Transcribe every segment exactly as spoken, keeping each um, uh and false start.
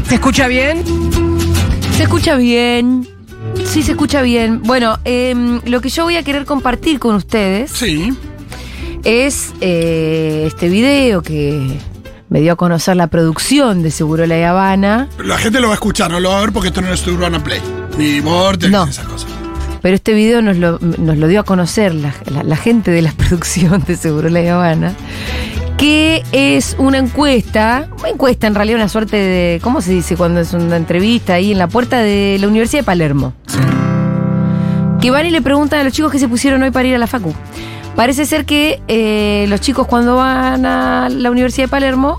¿Se escucha bien? Se escucha bien. Sí, se escucha bien. Bueno, eh, lo que yo voy a querer compartir con ustedes Sí. es eh, este video que me dio a conocer la producción de Segurola y Habana. La gente lo va a escuchar, no lo va a ver porque esto no es Urbana Play. Ni Vortex, No. ni esas cosas. Pero este video nos lo, nos lo dio a conocer la, la- la gente de la producción de Segurola y Habana, que es una encuesta, una encuesta en realidad, una suerte de, ¿cómo se dice cuando es una entrevista ahí en la puerta de la Universidad de Palermo? Sí. Que van y le preguntan a los chicos que se pusieron hoy para ir a la facu. Parece ser que eh, los chicos cuando van a la Universidad de Palermo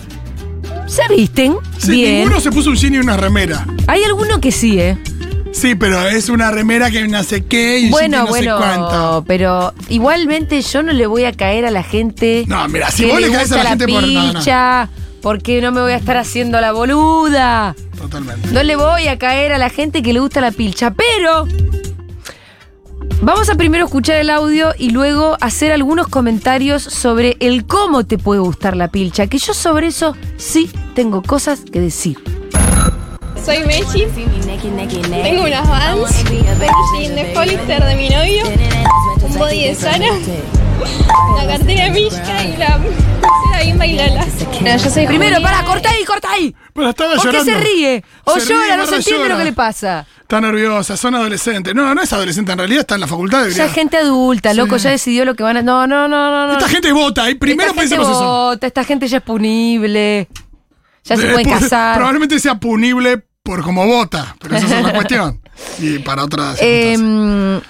se visten Sí, bien. ninguno se puso un jean y una remera. Hay alguno que sí, ¿eh? Sí, pero es una remera que no sé qué y un Bueno, jean que no bueno, sé cuánto. pero igualmente yo no le voy a caer a la gente. No, mira, si que vos le caes gusta a la gente por- no, no. pilcha, porque no me voy a estar haciendo la boluda. Totalmente. No le voy a caer a la gente que le gusta la pilcha, pero vamos a primero escuchar el audio y luego hacer algunos comentarios sobre el cómo te puede gustar la pilcha, que yo sobre eso sí tengo cosas que decir. Soy Mechi, tengo unas Vans, un jean de Hollister de mi novio, un body de Sara, la cartera de Mishka y la pulsera Bimba y Lala. No, yo soy Primero, Julia. para, corta ahí, corta ahí. Pero estaba ¿Por qué llorando. se ríe? O Se ríe, llora, no se barra entiende llora. lo que le pasa. Está nerviosa, son adolescentes. No, no es adolescente, en realidad está en la facultad. Ya debería- es gente adulta, Sí. loco, ya decidió lo que van a... No, no, no, no. no. Esta gente vota y primero Esta gente pensemos eso. vota, esta gente ya es punible. Ya se Eh, pueden por- casar. Probablemente sea punible por cómo vota, pero esa es otra cuestión. Y para otras Eh, circunstancias.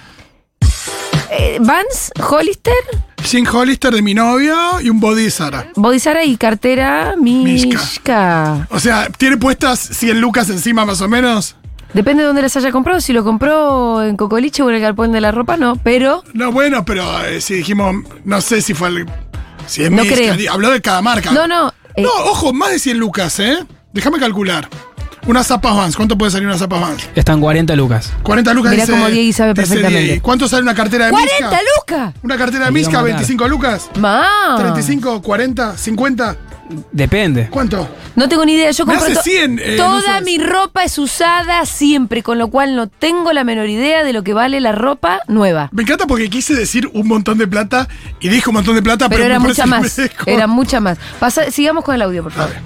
eh, Vans, Hollister, Jean Hollister de mi novio y un body de Sara. Body Sara y cartera Mishka. Mishka. O sea, tiene puestas cien lucas encima más o menos. Depende de dónde las haya comprado. Si lo compró en Cocoliche o en el galpón de la ropa, no. Pero No, bueno, pero eh, si dijimos, no sé si fue el... Si es No Mishka, creo. di- habló de cada marca. no, no. eh, No, ojo, más de cien lucas, ¿eh? Déjame calcular. Unas zapas Vans, ¿cuánto puede salir una zapas Vans? Están cuarenta lucas. cuarenta lucas Mirá dice- cómo Diego sabe dice perfectamente. Diego. ¿Cuánto sale una cartera de ¡cuarenta Mishka? lucas! Una cartera de Me iba Mishka, a matar. veinticinco lucas. Más. treinta y cinco, cuarenta, cincuenta. Depende. ¿Cuánto? No tengo ni idea. Yo Me compro hace to- cien, eh, no toda sabes. mi ropa es usada siempre, con lo cual no tengo la menor idea de lo que vale la ropa nueva. Me encanta porque quise decir un montón de plata y dijo un montón de plata, Pero pero, era me mucha parece más. que merezco. Era mucha más. Pasa- sigamos con el audio, por favor.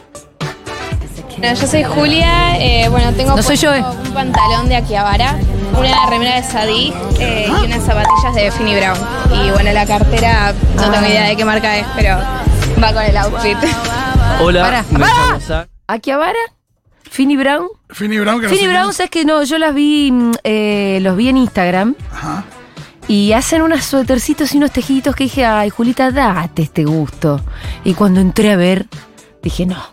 No, yo soy Julia, eh, bueno, tengo No soy yo, eh. puesto un pantalón de Akihabara, una remera de Sadig eh, y unas zapatillas de Finny Brown. Y bueno, la cartera, no Ah. tengo idea de qué marca es, pero va con el outfit. Hola, Pará, me pará. llamo Zach. Akihabara, Finny Brown. Finny Brown, que no Finny sé Brown, quién es. sabes que no, yo las vi, mm, eh, los vi en Instagram Ajá. y hacen unos suétercitos y unos tejiditos que dije, ay, Julita, date este gusto. Y cuando entré a ver, dije, no,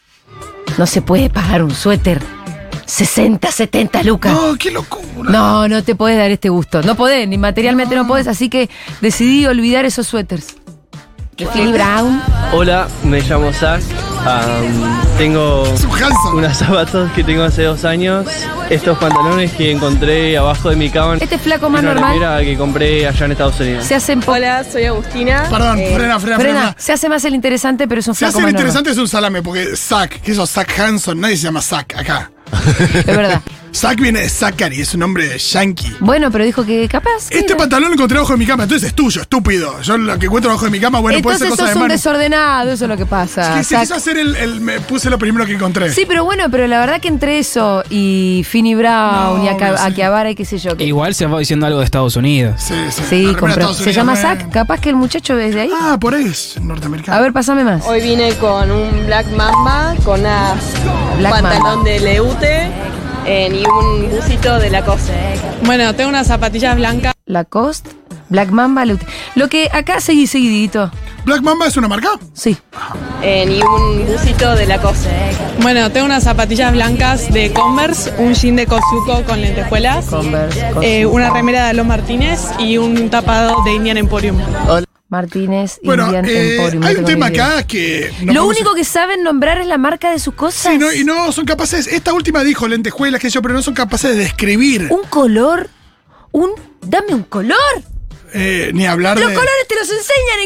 no se puede pagar un suéter sesenta, setenta lucas. No, qué locura. No, no te podés dar este gusto. No podés, ni materialmente no, podés, así que decidí olvidar esos suéteres. De Finny Brown. Hola, me llamo Zach. Am, tengo Es un Hanson. unas zapatos que tengo hace dos años. Estos pantalones que encontré abajo de mi cama. Este flaco Y más una normal remera que compré allá en Estados Unidos. se hace, po- Hola, soy Agustina. Perdón, Eh, frena, frena, frena, frena. se hace más el interesante, pero es un Se flaco hace lo más normal. interesante es un salame, porque Zack, que eso, Zack Hanson, nadie se llama Zack acá. Es verdad. Zack viene de Zachary, es un nombre yankee. Bueno, pero dijo que capaz. Este mira. pantalón lo encontré abajo de mi cama, entonces es tuyo, estúpido. Yo lo que encuentro abajo de mi cama, bueno, puede ser Entonces cosa sos de un mano. desordenado, eso es lo que pasa. Que se Zac. quiso hacer el, el- me puse lo primero que encontré. Sí, pero bueno, pero la verdad que entre eso y Finny Brown No, y Aka- obvio, sí. Akihabara y qué sé yo. que- Igual se va diciendo algo de Estados Unidos. Sí, sí. La Sí, remera de compró. Estados Se Unidos, llama re- Zac, capaz que el muchacho es de ahí. Ah, por ahí es norteamericano. A ver, pasame más. Hoy vine con un Black Mamba, con una Black pantalón Mamba. de Leute eh, y un busito de Lacoste. Bueno, tengo unas zapatillas blancas. Lacoste, Black Mamba, Leute. Lo que acá seguí seguidito. ¿Black Mamba es una marca? Sí. eh, y un busito de Lacoste. Bueno, tengo unas zapatillas blancas de Converse, un jean de Cosuco con lentejuelas, Converse. eh, Cosuco. una remera de Alon Martínez y un tapado de Indian Emporium. Martínez, Bueno, Indian eh, Emporium. no hay un tengo tema ni idea. acá que... no Lo podemos- único que saben nombrar es la marca de sus cosas. Sí, no, y no son capaces... Esta última dijo lentejuelas, que yo, pero no son capaces de describir. Un color, un... Dame un color. Eh, ni hablar Los de... colores te los enseñan en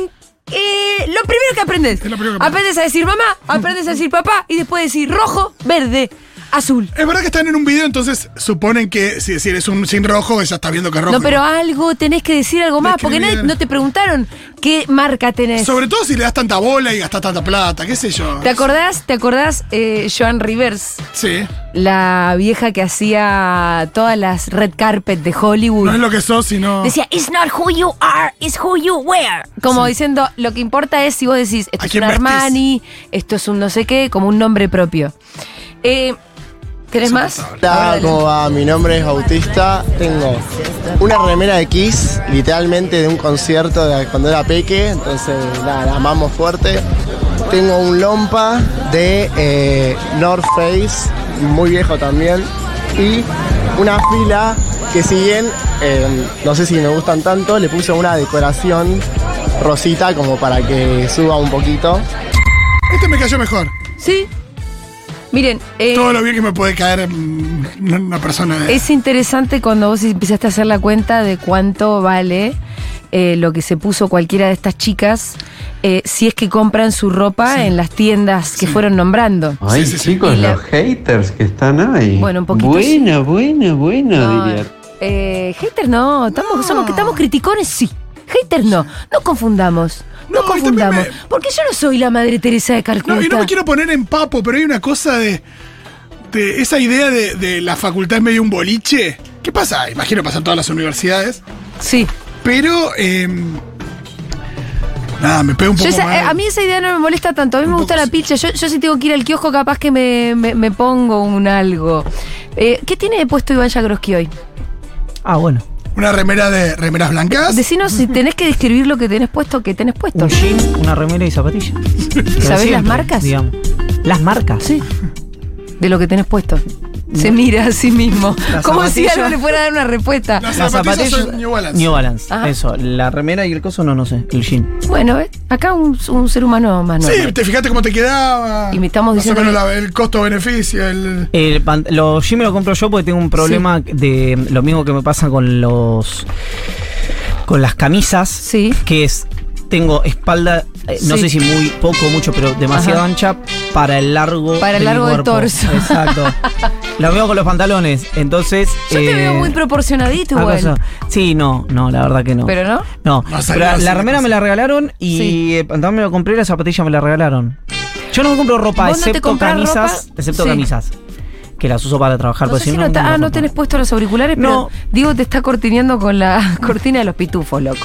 eh, lo primero que aprendes. Es lo primero que Aprendes a decir mamá, aprendes a decir papá y después decir rojo, verde, azul. Es verdad que están en un video, entonces suponen que si, si eres un sin rojo, ya estás viendo que es rojo. No, pero algo, tenés que decir algo más, porque Describir. nadie- no te preguntaron qué marca tenés. Sobre todo si le das tanta bola y gastas tanta plata, qué sé yo. ¿Te acordás, te acordás eh, Joan Rivers? Sí. La vieja que hacía todas las red carpet de Hollywood. No es lo que sos, sino. Decía, it's not who you are, it's who you wear. Como diciendo, lo que importa es si vos decís, esto ¿A es quién un vestís? Armani, esto es un no sé qué, como un nombre propio. Eh, ¿Querés más? Hola, ¿cómo va? Mi nombre es Bautista. Tengo una remera de Kiss, literalmente de un concierto de cuando era peque, entonces nada, la amamos fuerte. Tengo un lompa de eh, North Face, muy viejo también. Y una fila que si bien, eh, no sé si me gustan tanto, le puse una decoración rosita como para que suba un poquito. Este me cayó mejor. Sí. Miren, eh, Todo lo bien que me puede caer en una persona de. es interesante cuando vos empezaste a hacer la cuenta de cuánto vale eh, lo que se puso cualquiera de estas chicas eh, si es que compran su ropa Sí. en las tiendas que Sí. fueron nombrando. Ay, Sí, sí, sí. chicos, Y la- los haters que están ahí. Bueno, un poquito Buena, buena, buena, No, diría. eh, hater no, estamos, somos que estamos criticones, sí. Hater no, no confundamos. No, No, y confundamos. también me- Porque yo no soy la madre Teresa de Calcuta. No, y no me quiero poner en papo, pero hay una cosa de. de esa idea de, de la facultad es medio un boliche. ¿Qué pasa? Imagino pasa en todas las universidades. Sí. Pero. eh, nada, me pega un Yo poco esa- mal. eh, a mí esa idea no me molesta tanto. A mí me Un gusta poco la sí. pilcha. Yo, yo si tengo que ir al kiosco, capaz que me, me- me pongo un algo. Eh, ¿Qué tiene puesto Iván Jagroski hoy? Ah, bueno. Una remera de remeras blancas. Decinos si tenés que describir lo que tenés puesto, ¿qué tenés puesto? Un jean, una remera y zapatillas. Pero ¿Sabés las siempre, marcas? Digamos. ¿Las marcas? Sí. De lo que tenés puesto. Se mira a sí mismo. Las Como si zapatillas- algo le fuera a dar una respuesta. Las Las zapatillas zapatillas son New Balance. New Balance. Ajá. Eso. La remera y el coso no, no sé. El jean. Bueno, ¿ves? Acá un, un ser humano más normal. Sí, te fijaste cómo te quedaba. Y me estamos Más o diciendo menos que- la- el costo-beneficio. El... El pan- los jeans me los compro yo porque tengo un problema de lo mismo que me pasa con los con las camisas, Sí. que es tengo espalda, eh, no Sí. sé si muy poco o mucho, pero demasiado Ajá. ancha para el largo Para el de mi largo del cuerpo. torso. Exacto. Lo mismo con los pantalones. Entonces. Yo te eh, veo muy proporcionadito igual. ¿acaso? Sí, no, no, la verdad que no. ¿Pero no? No, No, pero salió la, así, la remera no me la regalaron y Sí. el pantalón me lo compré y la zapatilla me la regalaron. Yo no me compro ropa, ¿Vos no te excepto comprás camisas, ropa? excepto Sí. camisas. Que las uso para trabajar, No porque sé si si no. no, ta- compro ah, no ropa. tenés puestos los auriculares, pero No. Diego te está cortineando con la cortina de los pitufos, loco.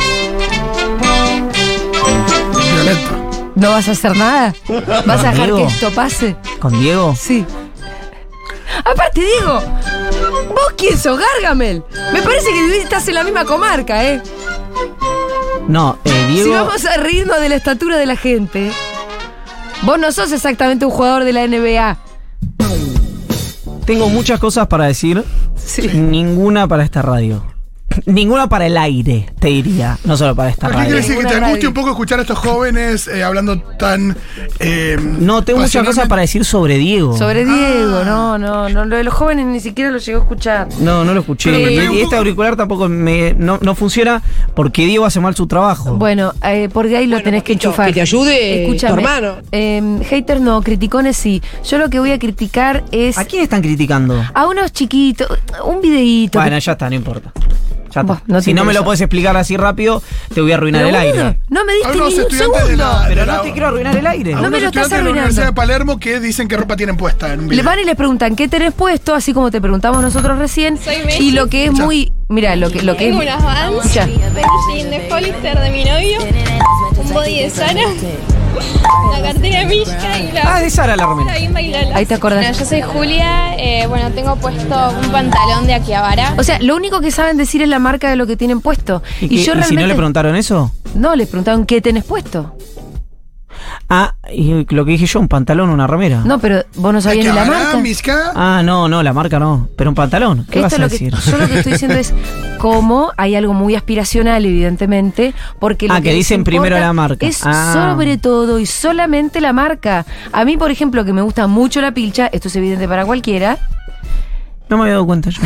Violento. ¿No vas a hacer nada? ¿Vas a dejar Diego. que esto pase? ¿Con Diego? Sí. Aparte, Diego, ¿vos quién sos, Gargamel? Me parece que vivís- estás en la misma comarca, ¿eh? No, eh, Diego. Si vamos a reírnos de la estatura de la gente, vos no sos exactamente un jugador de la N B A. Tengo muchas cosas para decir. Sí. Ninguna para esta radio. Ninguna para el aire, te diría. No solo para esta ¿Qué radio. quiere decir? Que te Ninguna angustia radio. un poco escuchar a estos jóvenes eh, hablando tan. eh, No, tengo muchas cosas pasionalmente? para decir sobre Diego. Sobre Diego, no, no, no, lo de los jóvenes ni siquiera lo llegó a escuchar. No, no lo escuché. Pero me Y, pega un y poco- este auricular tampoco me, no, no funciona porque Diego hace mal su trabajo. Bueno, eh, porque ahí lo tenés que enchufar. que te ayude Escúchame, tu hermano. eh, haters no, criticones sí. Yo lo que voy a criticar es ¿A quién están criticando? a unos chiquitos, un videíto. Bueno, que- ya está, no importa. Ya está. Vos, no te si no me interesa. lo puedes explicar así rápido, te voy a arruinar Pero, el boludo, aire. no me diste Algunos ni un estudiantes de segundo. la- Pero la- no te quiero arruinar el aire. No Algunos me lo estás estudiantes de la arruinando. Universidad de Palermo que dicen qué ropa tienen puesta en un Le video. van y les preguntan qué tenés puesto, así como te preguntamos nosotros recién. Soy Messi. Y lo que es Escucha. muy. Mira, lo que, lo que Tengo es. unas Vans, Escucha. un jean de Hollister de mi novio, un body de Sara, la cartera de Mishka y Ah, la, de Sara la la remera. Bimba y Lala. Ahí te acordás. Bueno, yo soy Julia, eh, bueno, tengo puesto un pantalón de Akihabara. O sea, lo único que saben decir es la marca de lo que tienen puesto. ¿Y, Y, qué- yo y si realmente. no le preguntaron eso? No, les preguntaron qué tenés puesto. Ah, y lo que dije yo, un pantalón, una remera. No, pero vos no sabías ni la Akihabara, marca. Mishka. Ah, no, no, la marca no. Pero un pantalón. ¿Qué Esto vas a es lo que, decir? yo lo que estoy diciendo es cómo hay algo muy aspiracional, evidentemente, porque lo Ah, que les dicen importa primero la marca. es Ah. sobre todo y solamente la marca. A mí, por ejemplo, que me gusta mucho la pilcha, esto es evidente para cualquiera, No me había dado cuenta yo.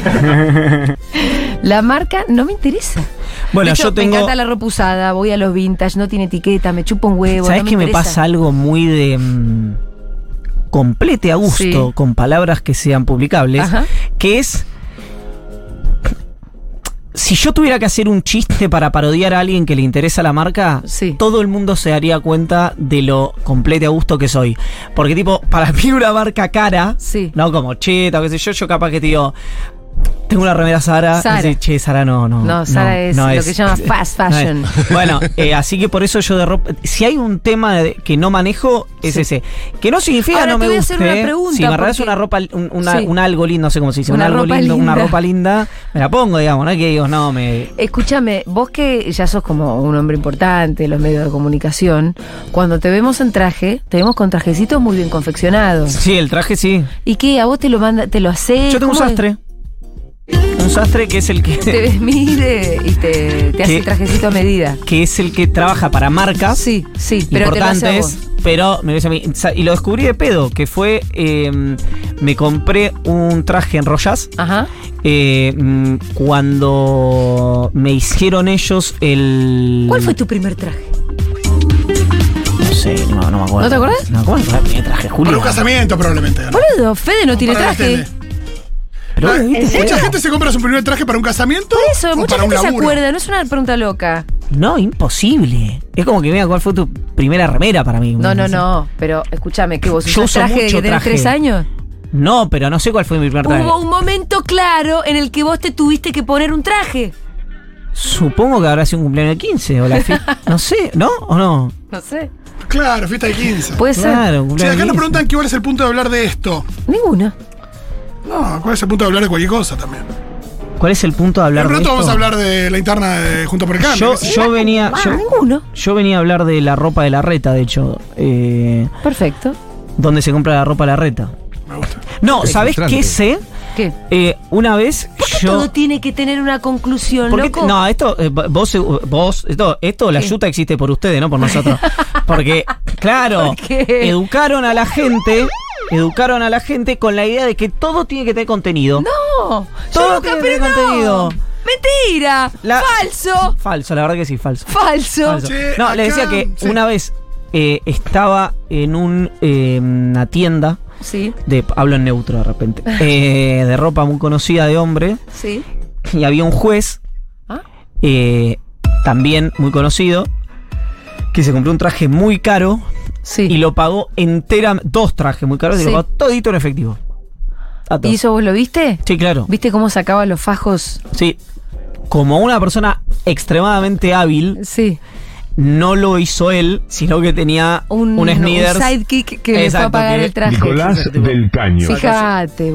La marca no me interesa. Bueno, De hecho, yo tengo. me encanta la ropa usada, voy a los vintage, no tiene etiqueta, me chupa un huevo. ¿Sabes no que me interesa. pasa algo muy de mm, complete a gusto Sí. con palabras que sean publicables? Ajá. Que es. Si yo tuviera que hacer un chiste para parodiar a alguien que le interesa la marca, Sí. todo el mundo se daría cuenta de lo complete a gusto que soy. Porque, tipo, para mí una marca cara, Sí. no como Cheta o qué sé yo, yo capaz que te digo, tengo una remera Zara. Zara. Y decís, che, Zara no, no. No, Zara es lo que se llama fast no es. fashion. Bueno, eh, así que por eso yo de ropa. Si hay un tema de- que no manejo, es Sí. ese. Que no significa Ahora no te me voy a guste. hacer una pregunta, Si me regalas porque- una ropa, un, una, Sí. un algo lindo, no sé cómo se dice, Una un algo ropa lindo, una linda. ropa linda, me la pongo, digamos, no es que digo, no, me. Escúchame, vos que ya sos como un hombre importante en los medios de comunicación, cuando te vemos en traje, te vemos con trajecitos muy bien confeccionados. Sí, el traje sí. ¿Y qué? ¿A vos te lo manda, te lo hace? Yo tengo un ¿Cómo es? sastre. Un sastre que es el que. Te mide y te, te hace ¿Qué? el trajecito a medida. que es el que trabaja para marcas. Sí, sí, pero te lo hace a importantes, vos. pero me lo hizo a mí. Sa- Y lo descubrí de pedo, que fue, eh, me compré un traje en Royas Ajá. eh, mm, cuando me hicieron ellos el... ¿Cuál fue tu primer traje? No sé, no, no me acuerdo. ¿No te acordás? No, ¿cuál fue el primer traje, Julio? Para un casamiento, probablemente. ¿no? Boludo, Fede no tiene Para la traje. tele. Pero, Ah, ¿viste? mucha gente se compra su primer traje para un casamiento. Por eso, o mucha para un gente se laburo. acuerda, no es una pregunta loca. No, imposible. Es como que vea cuál fue tu primera remera para mí. No, no, no, pero escúchame, que vos Yo usás uso traje de mucho que tenés traje. tres años. No, pero no sé cuál fue mi primer traje. Hubo un momento claro en el que vos te tuviste que poner un traje. Supongo que habrá sido un cumpleaños de quince o la fiesta. No sé, ¿no? ¿O no? No sé. Claro, fiesta de quince. Puede ser. Claro, Che, cumpleaños acá de nos quince. preguntan que cuál es el punto de hablar de esto. Ninguna. No, cuál es el punto de hablar de cualquier cosa también. ¿Cuál es el punto de hablar De de pronto esto? vamos a hablar de la interna de Junto por el Cambio. Yo, qué sé yo venía, Ah, yo, ninguno. yo venía a hablar de la ropa de la reta, de hecho, eh, Perfecto. donde se compra la ropa la reta. Me gusta. No, ¿sabés frustrante. qué sé? ¿Qué? Eh, una vez ¿Por qué yo. todo tiene que tener una conclusión, ¿Por qué loco? te- no, esto, eh, vos, eh, vos, esto, esto, la ¿Qué? yuta existe por ustedes, no por nosotros. Porque, claro, ¿Por qué? educaron a la gente, educaron a la gente con la idea de que todo tiene que tener contenido. No, Todo yo nunca tiene que tener pero no. contenido. Mentira. La- Falso. Falso, la verdad que sí, falso. Falso. Falso. Che, No, les acá- decía que sí. una vez eh, estaba en un, eh, una tienda, Sí, de, hablo en neutro de repente, eh, de ropa muy conocida de hombre, sí. y había un juez, ¿Ah? eh, también muy conocido, que se compró un traje muy caro Sí. y lo pagó entera, dos trajes muy caros y Sí. lo pagó todito en efectivo. A todo. ¿Y eso vos lo viste? Sí, claro. ¿Viste cómo sacaba los fajos? Sí. Como una persona extremadamente hábil, Sí. no lo hizo él, sino que tenía Un, un, Smithers. un sidekick que le fue a Exacto, pagar que- el traje. Nicolás del Caño. Fíjate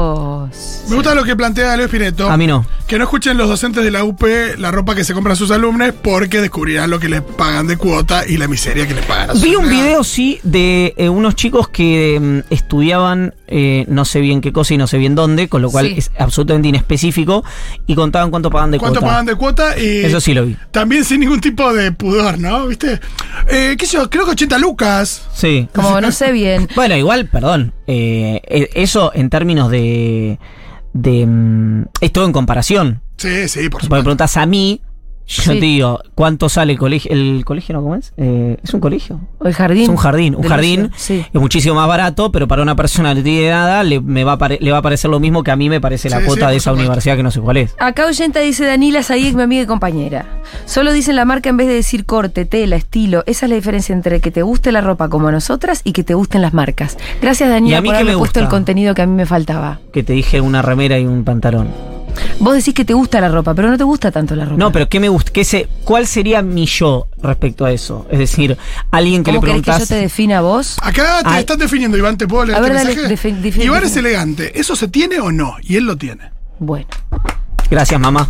vos. Me gusta lo que plantea Leo Spineto. A mí no. Que no escuchen los docentes de la U P la ropa que se compran sus alumnos porque descubrirán lo que les pagan de cuota y la miseria que les pagan a sus Vi un empleados. video, sí, de eh, unos chicos que mm, estudiaban eh, no sé bien qué cosa y no sé bien dónde, con lo cual Sí. es absolutamente inespecífico, y contaban cuánto pagan de ¿Cuánto cuota. pagan de cuota? Y Eso sí lo vi. también sin ningún tipo de pudor, ¿no? ¿Viste? Eh, ¿Qué sé yo? Creo que ochenta lucas. Sí. Como no sé bien. Bueno, igual, perdón, eh, eh, eso en términos de... de mm, es todo en comparación. Sí, sí, por Porque me supuesto. preguntas a mí, yo Sí. te digo, ¿cuánto sale el colegio? ¿El colegio no cómo es? Eh, ¿Es un colegio? O el jardín. Es un jardín, un del jardín ocio. Sí. es muchísimo más barato, pero para una persona que no tiene nada le, me va a pare- le va a parecer lo mismo que a mí me parece la Sí, cuota sí, de por esa supuesto. universidad que no sé cuál es. Acá oyenta dice Danila Sayek, mi amiga y compañera. Solo dicen la marca en vez de decir corte, tela, estilo. Esa es la diferencia entre que te guste la ropa como a nosotras y que te gusten las marcas. Gracias ¿Y Danila a mí por qué haberme me puesto gusta? el contenido que a mí me faltaba. Que te dije una remera y un pantalón. Vos decís que te gusta la ropa, pero no te gusta tanto la ropa. No, pero ¿qué me gusta? ¿Qué se, ¿Cuál sería mi yo respecto a eso? Es decir, alguien que ¿Cómo le querés que yo preguntás... te defina a vos? Acá te Ay. están definiendo, Iván, ¿te puedo leer A ver, este dale, mensaje? defi- define- Iván es define. elegante. ¿Eso se tiene o no? Y él lo tiene. Bueno. Gracias, mamá.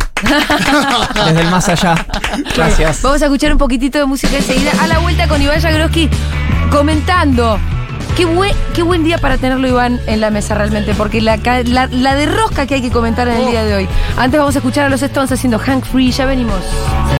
Desde el más allá. Gracias. Vamos a escuchar un poquitito de música enseguida. A la vuelta con Iván Jagroski comentando. Qué buen, qué buen día para tenerlo, Iván, en la mesa realmente, porque la, ca- la, la de rosca que hay que comentar en el día de hoy. Antes vamos a escuchar a los Stones haciendo Hank Free, ya venimos.